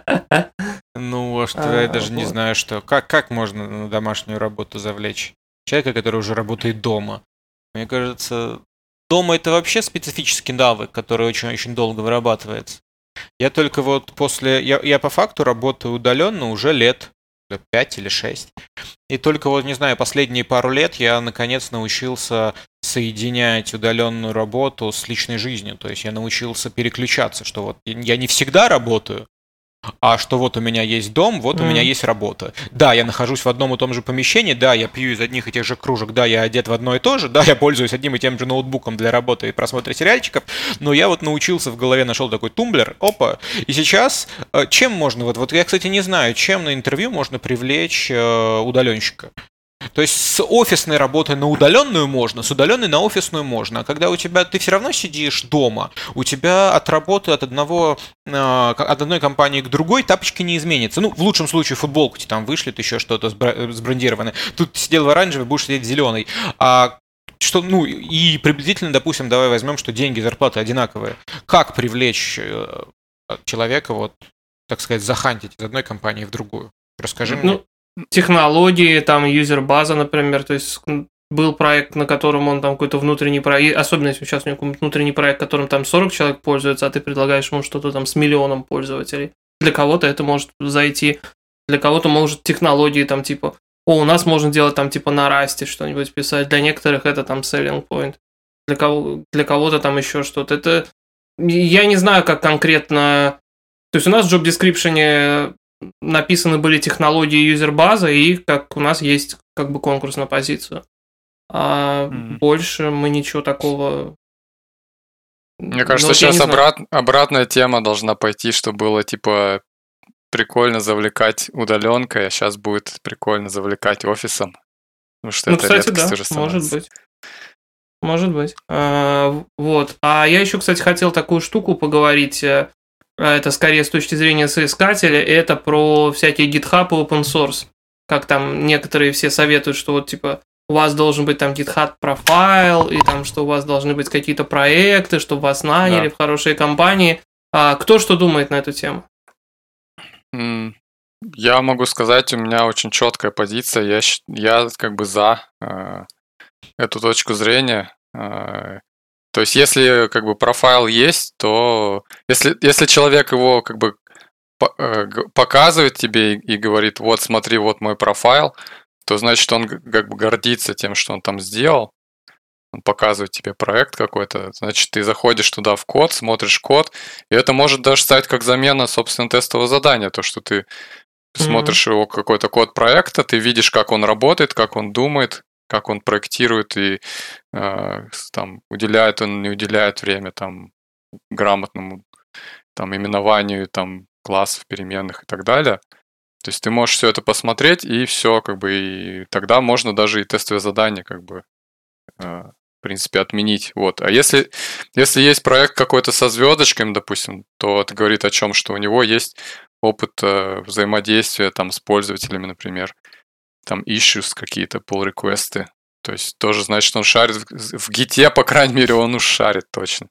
S1: Ну, а что я даже не знаю, что. Как, как можно на домашнюю работу завлечь человека, который уже работает дома? Мне кажется, дома это вообще специфический навык, который очень-очень долго вырабатывается. Я только вот после... Я, я по факту работаю удаленно уже лет пять или шесть. И только вот, не знаю, последние пару лет я наконец научился соединять удаленную работу с личной жизнью. То есть я научился переключаться, что вот я не всегда работаю, а что вот у меня есть дом, вот mm. у меня есть работа. Да, я нахожусь в одном и том же помещении, да, я пью из одних и тех же кружек, да, я одет в одно и то же, да, я пользуюсь одним и тем же ноутбуком для работы и просмотра сериальчиков, но я вот научился, в голове нашел такой тумблер, опа, и сейчас чем можно, вот, вот я, кстати, не знаю, чем на интервью можно привлечь э, удаленщика. То есть с офисной работы на удаленную можно, с удаленной на офисную можно. А когда у тебя ты все равно сидишь дома, у тебя от работы от одного от одной компании к другой тапочки не изменится. Ну, в лучшем случае футболку тебе там вышлют, еще что-то сбрендированное. Тут ты сидел в оранжевой, будешь сидеть в зеленой. А что, ну, и приблизительно, допустим, давай возьмем, что деньги, зарплаты одинаковые. Как привлечь человека, вот, так сказать, захантить из одной компании в другую? Расскажи мне.
S3: Ну, технологии, там, юзер-база, например, то есть был проект, на котором он там какой-то внутренний проект, особенно если сейчас у него какой-то внутренний проект, которым там сорок человек пользуются, а ты предлагаешь ему что-то там с миллионом пользователей. Для кого-то это может зайти, для кого-то может технологии там типа, о, у нас можно делать там типа на расте что-нибудь писать, для некоторых это там selling point, для, кого, для кого-то там еще что-то. Это, я не знаю, как конкретно, то есть у нас в job description написаны были технологии юзер-база, и как у нас есть как бы конкурс на позицию. А mm-hmm. больше мы ничего такого...
S2: Мне кажется, ну, сейчас обрат... обратная тема должна пойти, что было типа прикольно завлекать удаленкой, а сейчас будет прикольно завлекать офисом. Потому что
S3: ну,
S2: это
S3: кстати,
S2: редкость
S3: да,
S2: уже становится.
S3: Может быть. Может быть. А, вот. А я еще, кстати, хотел такую штуку поговорить. Это скорее с точки зрения соискателя, это про всякие GitHub и open source. Как там некоторые все советуют, что вот типа у вас должен быть там GitHub профайл, и там, что у вас должны быть какие-то проекты, чтобы вас наняли да. в хорошие компании. А кто что думает на эту тему?
S2: Я могу сказать, у меня очень четкая позиция. Я, я как бы за э, эту точку зрения. Э, То есть, если как бы профайл есть, то если, если человек его как бы показывает тебе и говорит, вот смотри, вот мой профайл, то значит он как бы гордится тем, что он там сделал. Он показывает тебе проект какой-то, значит, ты заходишь туда в код, смотришь код, и это может даже стать как замена, собственно, тестового задания, то, что ты mm-hmm. смотришь его какой-то код проекта, ты видишь, как он работает, как он думает, как он проектирует и э, там уделяет он, не уделяет время там грамотному там именованию там классов, переменных и так далее. То есть ты можешь все это посмотреть, и все, как бы, и тогда можно даже и тестовое задание, как бы, э, в принципе, отменить. Вот. А если, если есть проект какой-то со звездочками, допустим, то это говорит о чем, что у него есть опыт э, взаимодействия там с пользователями, например, там issues какие-то, pull-реквесты. То есть тоже значит, что он шарит в, в гите, по крайней мере, он уж шарит точно.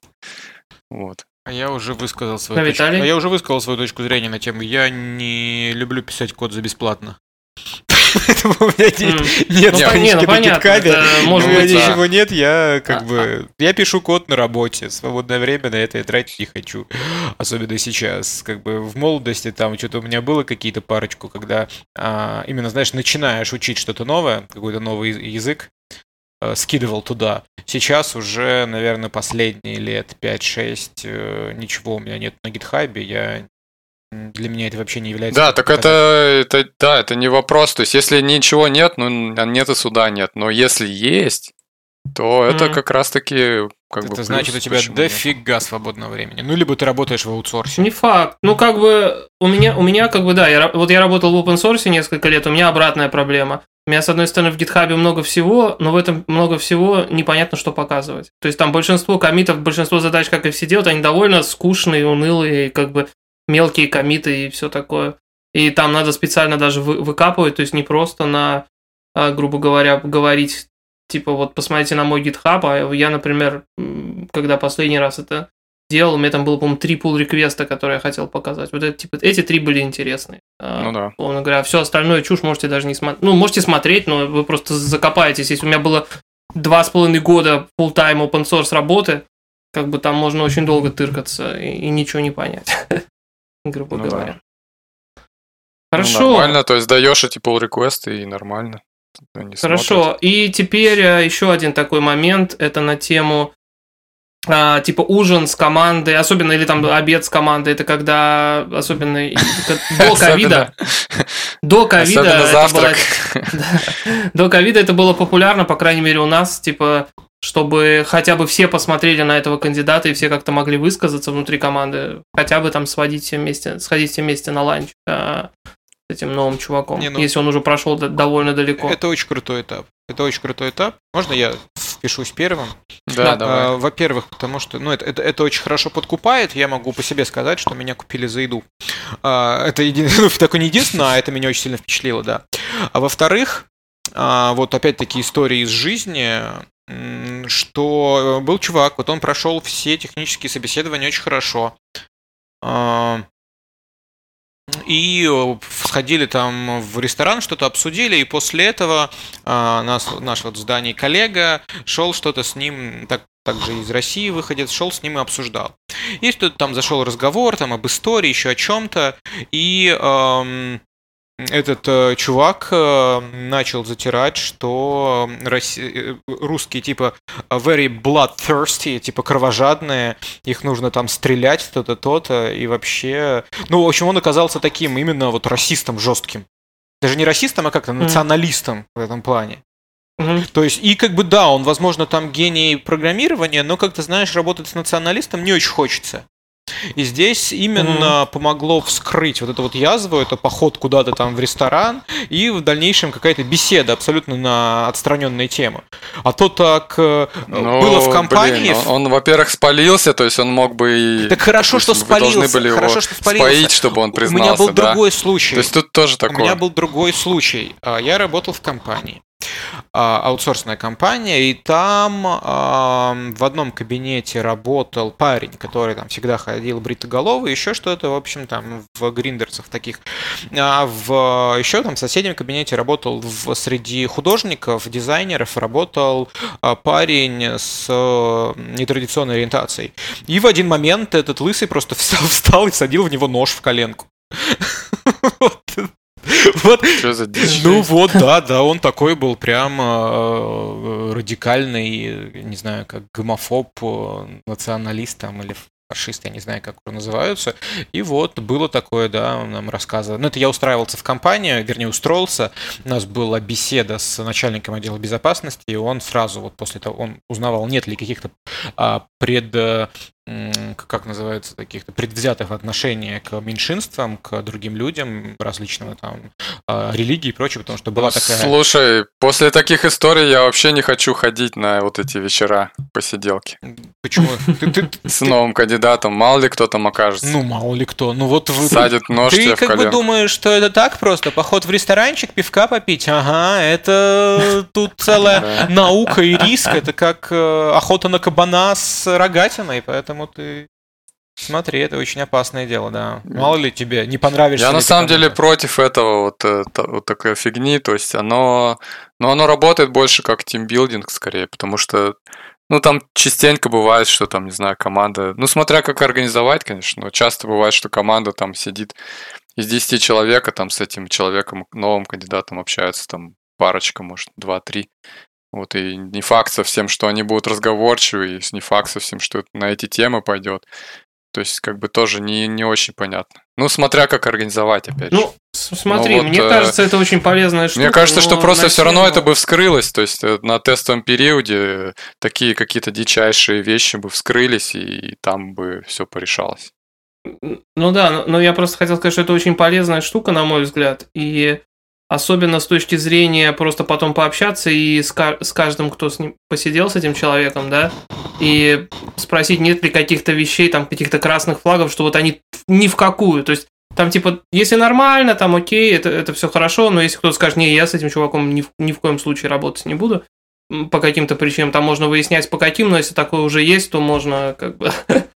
S2: Вот.
S1: А я уже высказал свою
S3: А,
S1: точку.
S3: Виталий?
S1: А я уже высказал свою точку зрения на тему. Я не люблю писать код за бесплатно. Поэтому у меня нет
S3: Ну,
S1: нет
S3: пон- не, ну,
S1: странички на
S3: понятно,
S1: GitHub,
S3: это
S1: у
S3: может
S1: меня
S3: быть, да.
S1: ничего нет, я как
S3: А,
S1: бы... Я пишу код на работе, свободное время на это я тратить не хочу. Особенно сейчас. Как бы в молодости там что-то у меня было какие-то парочку, когда а, именно, знаешь, начинаешь учить что-то новое, какой-то новый язык, а, скидывал туда. Сейчас уже, наверное, последние лет пять-шесть э, ничего у меня нет на GitHub, я... Для меня это вообще не является...
S2: Да, так это, это, да, это не вопрос. То есть, если ничего нет, ну, нет и суда нет. Но если есть, то это
S3: Мгм.
S2: как раз-таки как бы
S1: Это
S2: плюс,
S1: значит, у тебя
S2: почему нет?
S1: дофига свободного времени. Ну, либо ты работаешь в аутсорсе.
S3: Не факт. Ну, как бы, у меня, у меня как бы, да, я, ра- вот я работал в open source несколько лет, у меня обратная проблема. У меня, с одной стороны, в GitHub много всего, но в этом много всего непонятно, что показывать. То есть там большинство коммитов, большинство задач, как и все делают, они довольно скучные, унылые, как бы мелкие коммиты и все такое. И там надо специально даже вы- выкапывать, то есть не просто на, а, грубо говоря, говорить, типа, вот посмотрите на мой GitHub, а я, например, м, когда последний раз это делал, у меня там было, по-моему, три pull-реквеста, которые я хотел показать. Вот это, типа, эти три были интересные. А,
S2: Ну да.
S3: Условно говоря, все остальное чушь можете даже не смотреть. Ну, можете смотреть, но вы просто закопаетесь. Если у меня было два с половиной года full-time open source работы, как бы там можно очень долго тыркаться и, и ничего не понять, грубо
S2: Ну да.
S3: говоря.
S2: Ну,
S3: Хорошо.
S2: нормально, то есть даешь эти pull-реквесты и нормально. Они
S3: Хорошо,
S2: смотрят.
S3: и теперь э, еще один такой момент, это на тему а, типа ужин с командой, особенно, или там обед с командой, это когда, особенно и- к- до ковида, до ковида
S2: Особенно
S3: это
S2: завтрак.
S3: было- Да. До ковида это было популярно, по крайней мере у нас, типа, чтобы хотя бы все посмотрели на этого кандидата и все как-то могли высказаться внутри команды, хотя бы там сводить все вместе, сходить все вместе на ланч а, с этим новым чуваком,
S1: Не, ну,
S3: если он уже прошел д- довольно далеко.
S1: Это очень крутой этап. Это очень крутой этап. Можно я впишусь первым?
S2: Да, давай.
S1: А, Во-первых, потому что ну, это, это, это очень хорошо подкупает. Я могу по себе сказать, что меня купили за еду. А, Это един... ну, такое не единственное, а это меня очень сильно впечатлило, да. А во-вторых, а, вот опять-таки истории из жизни, м, что был чувак, вот он прошел все технические собеседования очень хорошо. А, И э, сходили там в ресторан, что-то обсудили, и после этого а, нас, наш вот в здании коллега шел что-то с ним, так, также из России выходец, шел с ним и обсуждал. И тут там зашел разговор там об истории, еще о чем-то, и эм, этот э, чувак э, начал затирать, что Росси- э, русские типа very bloodthirsty, типа кровожадные, их нужно там стрелять, то-то, то-то, и вообще... Ну, в общем, он оказался таким именно вот расистом жестким. Даже не расистом, а как-то националистом в этом плане.
S3: Мгм.
S1: То есть, и как бы да, он, возможно, там гений программирования, но, как ты знаешь, работать с националистом не очень хочется. И здесь именно помогло вскрыть вот эту вот язву, это поход куда-то там в ресторан, и в дальнейшем какая-то беседа абсолютно на отстраненные темы. А то так э,
S2: Ну,
S1: было в компании...
S2: блин, он, он, во-первых, спалился, то есть он мог бы и...
S1: Так хорошо, что
S2: допустим, вы должны
S1: спалился,
S2: были его
S1: хорошо, что спалился.
S2: споить, чтобы он
S1: У
S2: признался,
S1: меня был
S2: да.
S1: другой случай.
S2: То есть тут тоже
S1: У
S2: такое.
S1: меня был другой случай. А, Я работал в компании, а, аутсорсная компания, и там а, в одном кабинете работал парень, который там всегда ходил бритоголовый, еще что-то, в общем, там в гриндерсах таких. А в еще там в соседнем кабинете работал в, среди художников, дизайнеров, работал а, парень с а, нетрадиционной ориентацией. И в один момент этот лысый просто встал, встал и всадил в него нож в коленку. Вот. Вот.
S2: Что за дичь?
S1: Ну вот, да, да, он такой был прям э, радикальный, не знаю, как гомофоб, э, националист там или фашист, я не знаю, как уже называются. И вот было такое, да, он нам рассказывал. Ну это я устраивался в компанию, вернее устроился. У нас была беседа с начальником отдела безопасности, и он сразу вот после того, он узнавал, нет ли каких-то а, пред как называется, таких предвзятых отношений к меньшинствам, к другим людям различного там религии и прочее, потому что была
S2: ну,
S1: такая...
S2: Слушай, после таких историй я вообще не хочу ходить на вот эти вечера посиделки.
S1: Почему?
S2: С новым кандидатом, мало ли кто там окажется.
S1: Ну, мало ли кто. Ну вот вы...
S2: Садит нож тебе в
S1: Ты как бы
S2: коленку.
S1: думаешь, что это так просто? Поход в ресторанчик, пивка попить? Ага, это тут целая наука и риск. Это как охота на кабана с рогатиной, поэтому Поэтому ты смотри, это очень опасное дело, да. Мало ли тебе не понравишься.
S2: Я на самом деле против этого вот, вот такой фигни, то есть оно, но оно работает больше как тимбилдинг скорее, потому что, ну там частенько бывает, что там, не знаю, команда, ну смотря как организовать, конечно, но часто бывает, что команда там сидит из десяти человек, а там с этим человеком, новым кандидатом общаются там парочка, может, два-три. Вот, и не факт совсем, что они будут разговорчивы, и не факт совсем, что на эти темы пойдет. То есть, как бы тоже не, не очень понятно. Ну, смотря как организовать, опять
S3: ну,
S2: же.
S3: Ну, смотри,
S2: вот,
S3: мне э... кажется, это очень полезная штука.
S2: Мне кажется, что просто все равно
S3: тему...
S2: это бы вскрылось. То есть, на тестовом периоде такие какие-то дичайшие вещи бы вскрылись, и там бы все порешалось.
S3: Ну да, но, но я просто хотел сказать, что это очень полезная штука, на мой взгляд, и... Особенно с точки зрения просто потом пообщаться и с, с каждым, кто с ним посидел, с этим человеком, да, и спросить, нет ли каких-то вещей, там, каких-то красных флагов, что вот они ни в какую. То есть, там, типа, если нормально, там, окей, это, это все хорошо, но если кто-то скажет, не, я с этим чуваком ни в, ни в коем случае работать не буду, по каким-то причинам, там можно выяснять, по каким, но если такое уже есть, то можно, как бы,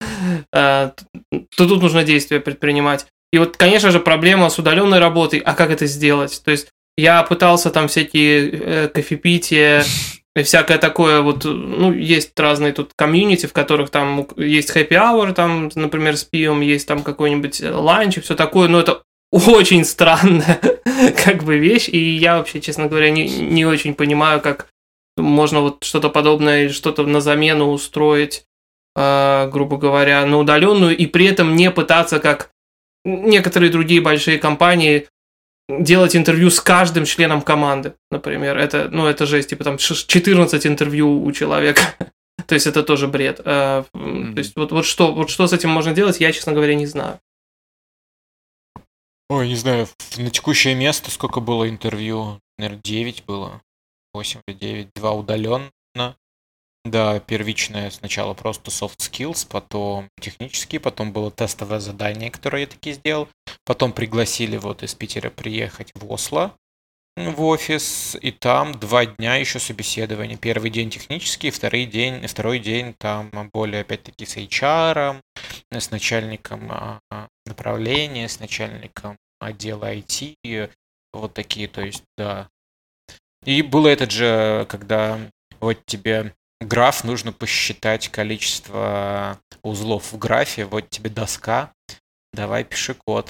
S3: то тут нужно действия предпринимать. И вот, конечно же, проблема с удаленной работой, а как это сделать? То есть я пытался там всякие э, кофепития и всякое такое, вот, ну, есть разные тут комьюнити, в которых там есть happy hour, там, например, с пивом, есть там какой-нибудь ланч и все такое, но это очень странная как бы вещь, и я вообще, честно говоря, не, не очень понимаю, как можно вот что-то подобное или что-то на замену устроить, э, грубо говоря, на удаленную, и при этом не пытаться, как некоторые другие большие компании, делать интервью с каждым членом команды, например. Это, ну, это жесть, типа там четырнадцать интервью у человека. То есть это тоже бред. А, mm-hmm. То есть вот, вот, что, вот что с этим можно делать, я, честно говоря, не знаю.
S1: Ой, не знаю, на текущее место сколько было интервью? Наверное, девять было. восемь или девять. Два удаленно. Да, первичное сначала просто soft skills, потом технические, потом было тестовое задание, которое я таки сделал. Потом пригласили вот из Питера приехать в Осло в офис, и там два дня еще собеседования. Первый день технический, второй день, второй день там более опять-таки с эйч ар, с начальником направления, с начальником отдела ай ти, вот такие, то есть, да. И было этот же, когда вот тебе... Граф, нужно посчитать количество узлов в графе. Вот тебе доска. Давай пиши код.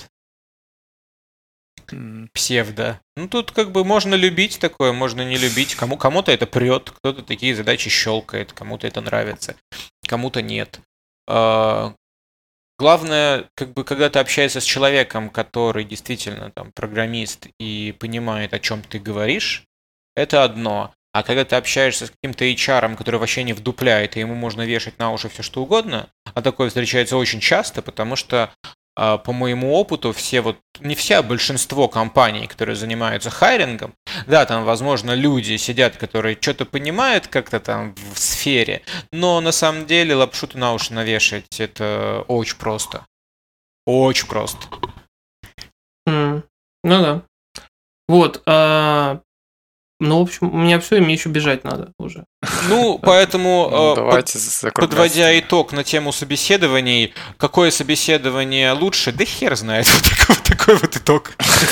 S1: Псевдо. Ну, тут как бы можно любить такое, можно не любить. Кому, кому-то это прет, кто-то такие задачи щелкает, кому-то это нравится, кому-то нет. А, главное, как бы, когда ты общаешься с человеком, который действительно там программист и понимает, о чем ты говоришь, это одно. А когда ты общаешься с каким-то эйч ар, который вообще не вдупляет, и ему можно вешать на уши все что угодно, а такое встречается очень часто, потому что, по моему опыту, все вот, не все, а большинство компаний, которые занимаются хайрингом, да, там, возможно, люди сидят, которые что-то понимают как-то там в сфере, но на самом деле лапшу-то на уши навешать, это очень просто. Очень просто.
S3: Mm. Ну да. Вот, а... Ну, в общем, у меня все, и мне еще бежать надо уже.
S1: Ну, поэтому,
S2: ну, давайте
S1: под, подводя итог на тему собеседований, какое собеседование лучше, да хер знает, вот такой вот, такой вот итог.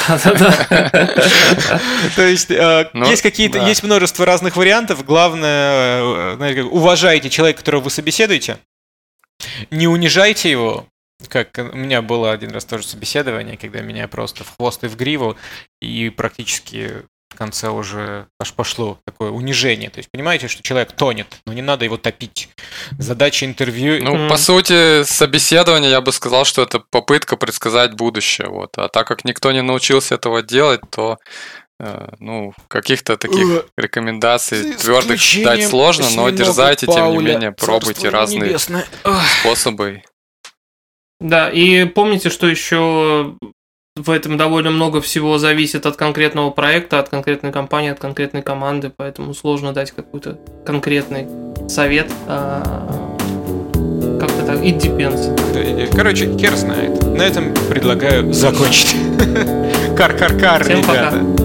S1: То есть, есть какие-то, есть множество разных вариантов, главное, уважайте человека, которого вы собеседуете, не унижайте его. Как у меня было один раз тоже собеседование, когда меня просто в хвост и в гриву, и практически... в конце уже аж пошло такое унижение. То есть понимаете, что человек тонет, но не надо его топить. Задача интервью...
S2: Ну, mm. по сути, собеседование, я бы сказал, что это попытка предсказать будущее. Вот. А так как никто не научился этого делать, то Ну, каких-то таких рекомендаций твердых дать
S1: исключением
S2: сложно, но
S1: осьминога
S2: дерзайте, тем не
S1: Пауля,
S2: менее, пробуйте
S1: царство
S2: разные
S1: небесное. Ах.
S2: способы.
S3: Да, и помните, что еще в этом довольно много всего зависит от конкретного проекта, от конкретной компании, от конкретной команды, поэтому сложно дать какой-то конкретный совет. А, как-то так, it depends.
S1: Короче, хер знает. На этом предлагаю закончить. Кар-кар-кар,
S3: Всем
S1: ребята.
S3: пока.